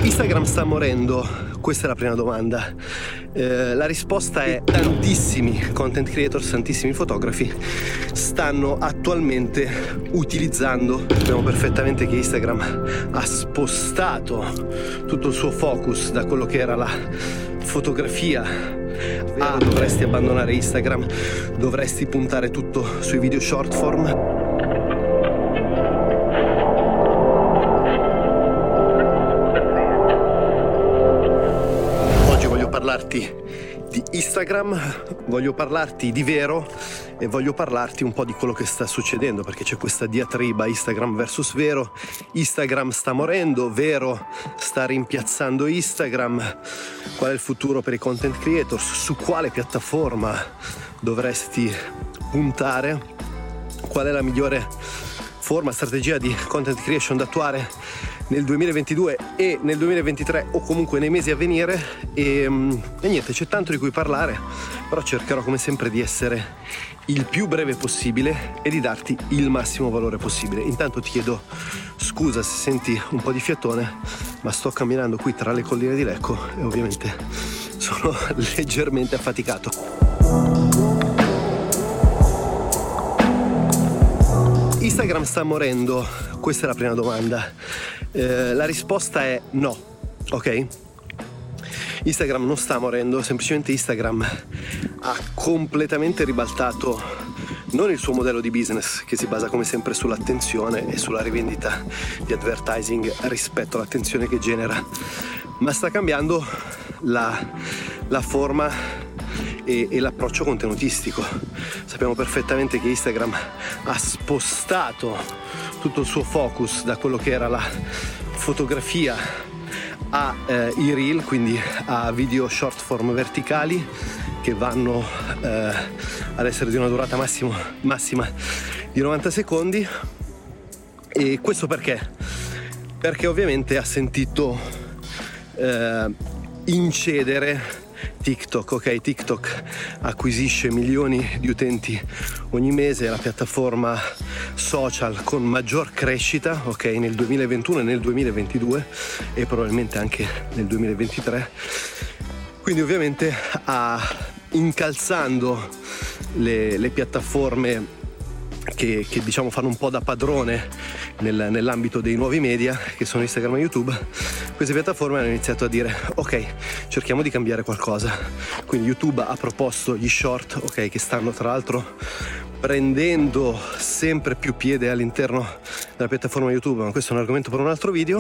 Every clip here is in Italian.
Instagram sta morendo? Questa è la prima domanda. La risposta è tantissimi content creators, tantissimi fotografi stanno attualmente utilizzando. Sappiamo perfettamente che Instagram ha spostato tutto il suo focus da quello che era la fotografia a dovresti abbandonare Instagram, dovresti puntare tutto sui video short form. Parlarti di Instagram, voglio parlarti di Vero e voglio parlarti un po' di quello che sta succedendo, perché c'è questa diatriba Instagram versus Vero. Instagram sta morendo, Vero sta rimpiazzando Instagram. Qual è il futuro per i content creators? Su quale piattaforma dovresti puntare? Qual è la migliore forma, strategia di content creation da attuare nel 2022 e nel 2023 o comunque nei mesi a venire? E niente, c'è tanto di cui parlare, però cercherò come sempre di essere il più breve possibile e di darti il massimo valore possibile. Intanto ti chiedo scusa se senti un po' di fiatone, ma sto camminando qui tra le colline di Lecco e ovviamente sono leggermente affaticato. Instagram sta morendo? Questa è la prima domanda. La risposta è no, ok? Instagram non sta morendo, semplicemente Instagram ha completamente ribaltato non il suo modello di business, che si basa come sempre sull'attenzione e sulla rivendita di advertising rispetto all'attenzione che genera, ma sta cambiando la forma e l'approccio contenutistico. Sappiamo perfettamente che Instagram ha spostato tutto il suo focus da quello che era la fotografia a i reel, quindi a video short form verticali che vanno ad essere di una durata massima di 90 secondi. E questo perché? Perché ovviamente ha sentito incedere TikTok, ok? TikTok acquisisce milioni di utenti ogni mese, è la piattaforma social con maggior crescita, ok? Nel 2021 e nel 2022 e probabilmente anche nel 2023. Quindi ovviamente incalzando le piattaforme che diciamo fanno un po' da padrone nell'ambito dei nuovi media, che sono Instagram e YouTube, queste piattaforme hanno iniziato a dire ok, cerchiamo di cambiare qualcosa. Quindi YouTube ha proposto gli short, ok, che stanno tra l'altro prendendo sempre più piede all'interno della piattaforma YouTube, ma questo è un argomento per un altro video.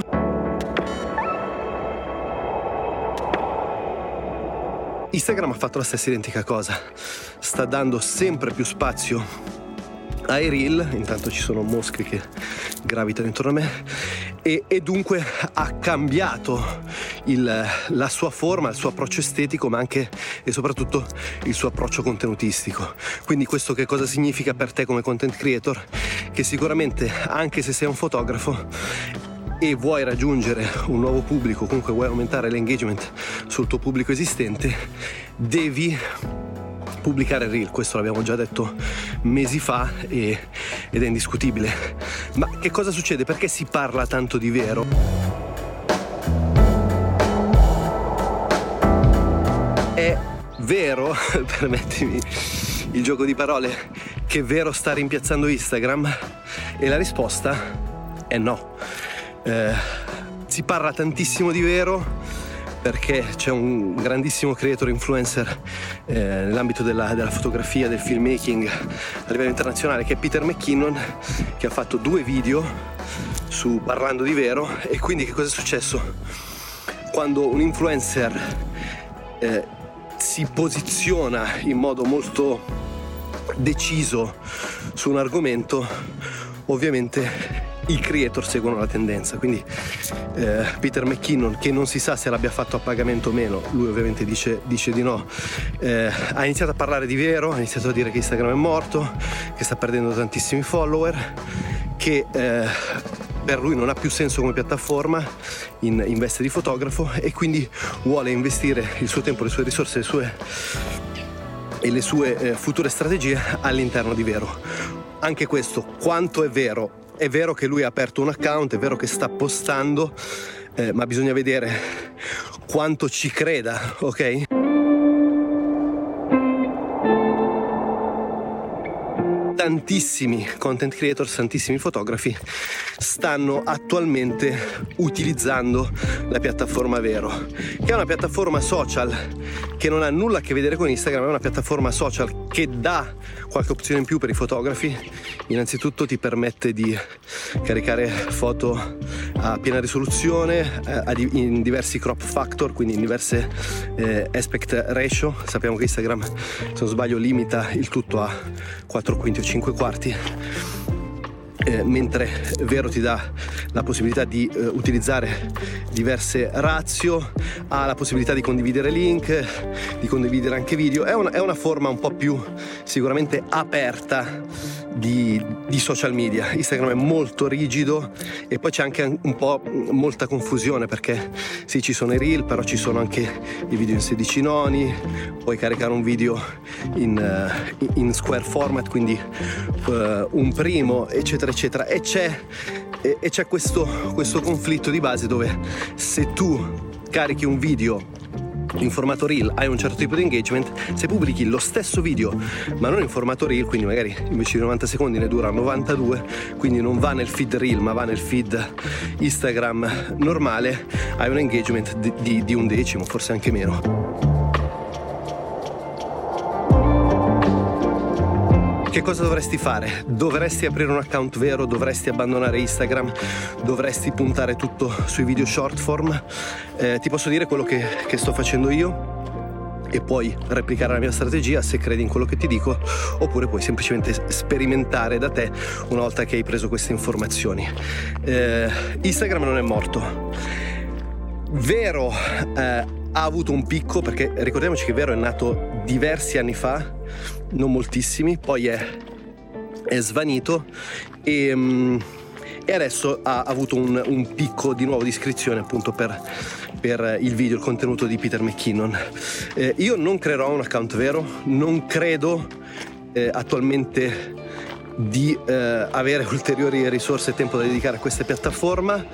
Instagram ha fatto la stessa identica cosa, sta dando sempre più spazio ai reel, intanto ci sono mosche che gravitano intorno a me, e dunque ha cambiato la sua forma, il suo approccio estetico, ma anche e soprattutto il suo approccio contenutistico. Quindi questo che cosa significa per te come content creator? Che sicuramente, anche se sei un fotografo e vuoi raggiungere un nuovo pubblico, comunque vuoi aumentare l'engagement sul tuo pubblico esistente, devi pubblicare reel. Questo l'abbiamo già detto mesi fa ed è indiscutibile. Ma che cosa succede? Perché si parla tanto di Vero? È vero, permettimi il gioco di parole, che Vero sta rimpiazzando Instagram? E la risposta è no. Si parla tantissimo di Vero perché c'è un grandissimo creator influencer nell'ambito della fotografia, del filmmaking a livello internazionale, che è Peter McKinnon, che ha fatto 2 video parlando di Vero. E quindi che cosa è successo? Quando un influencer si posiziona in modo molto deciso su un argomento, ovviamente i creator seguono la tendenza. Quindi Peter McKinnon, che non si sa se l'abbia fatto a pagamento o meno, lui ovviamente dice di no, ha iniziato a parlare di Vero, ha iniziato a dire che Instagram è morto, che sta perdendo tantissimi follower, che per lui non ha più senso come piattaforma in veste di fotografo, e quindi vuole investire il suo tempo, le sue risorse, le sue future strategie all'interno di Vero. Anche questo, quanto è vero? È vero che lui ha aperto un account, è vero che sta postando ma bisogna vedere quanto ci creda, ok? Tantissimi content creators, tantissimi fotografi stanno attualmente utilizzando la piattaforma Vero, che è una piattaforma social che non ha nulla a che vedere con Instagram, è una piattaforma social che dà qualche opzione in più per i fotografi. Innanzitutto ti permette di caricare foto a piena risoluzione, in diversi crop factor, quindi in diverse aspect ratio. Sappiamo che Instagram, se non sbaglio, limita il tutto a 4/5 o 5/4, mentre Vero ti dà la possibilità di utilizzare diverse ratio, ha la possibilità di condividere link, di condividere anche video. È una forma un po' più sicuramente aperta di social media. Instagram è molto rigido e poi c'è anche un po' molta confusione, perché sì, ci sono i reel, però ci sono anche i video in 16 noni, puoi caricare un video in square format, quindi un primo, eccetera eccetera, e c'è questo conflitto di base dove se tu carichi un video in formato reel hai un certo tipo di engagement, se pubblichi lo stesso video ma non in formato reel, quindi magari invece di 90 secondi ne dura 92, quindi non va nel feed reel ma va nel feed Instagram normale, hai un engagement di un decimo, forse anche meno. Che cosa dovresti fare? Dovresti aprire un account Vero, dovresti abbandonare Instagram, dovresti puntare tutto sui video short form. Ti posso dire quello che sto facendo io e puoi replicare la mia strategia se credi in quello che ti dico, oppure puoi semplicemente sperimentare da te una volta che hai preso queste informazioni. Instagram non è morto. Vero ha avuto un picco, perché ricordiamoci che Vero è nato diversi anni fa, non moltissimi, poi è svanito e adesso ha avuto un picco di nuovo di iscrizione, appunto per il video, il contenuto di Peter McKinnon. Io non creerò un account Vero, non credo attualmente di avere ulteriori risorse e tempo da dedicare a questa piattaforma.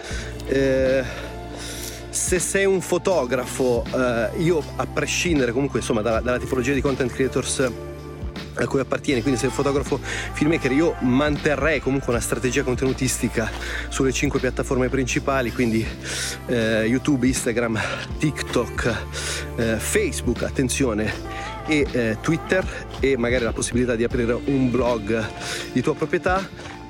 Se sei un fotografo, io a prescindere comunque insomma dalla tipologia di content creators a cui appartieni, quindi se sei un fotografo filmmaker, io manterrei comunque una strategia contenutistica sulle 5 piattaforme principali, quindi YouTube, Instagram, TikTok, Facebook, attenzione, e Twitter, e magari la possibilità di aprire un blog di tua proprietà,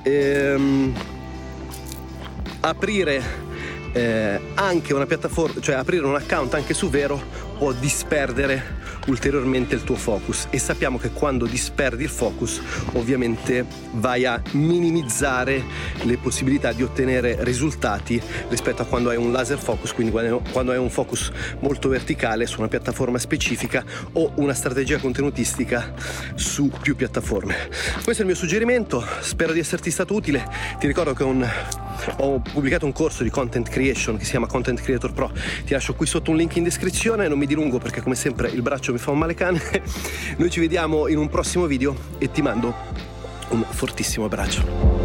aprire anche una piattaforma, cioè aprire un account anche su Vero può disperdere ulteriormente il tuo focus, e sappiamo che quando disperdi il focus ovviamente vai a minimizzare le possibilità di ottenere risultati rispetto a quando hai un laser focus, quindi quando hai un focus molto verticale su una piattaforma specifica o una strategia contenutistica su più piattaforme. Questo è il mio suggerimento, spero di esserti stato utile. Ti ricordo che ho pubblicato un corso di content creation che si chiama Content Creator Pro, ti lascio qui sotto un link in descrizione. Non mi dilungo perché come sempre il braccio mi fa un male cane. Noi ci vediamo in un prossimo video e ti mando un fortissimo abbraccio.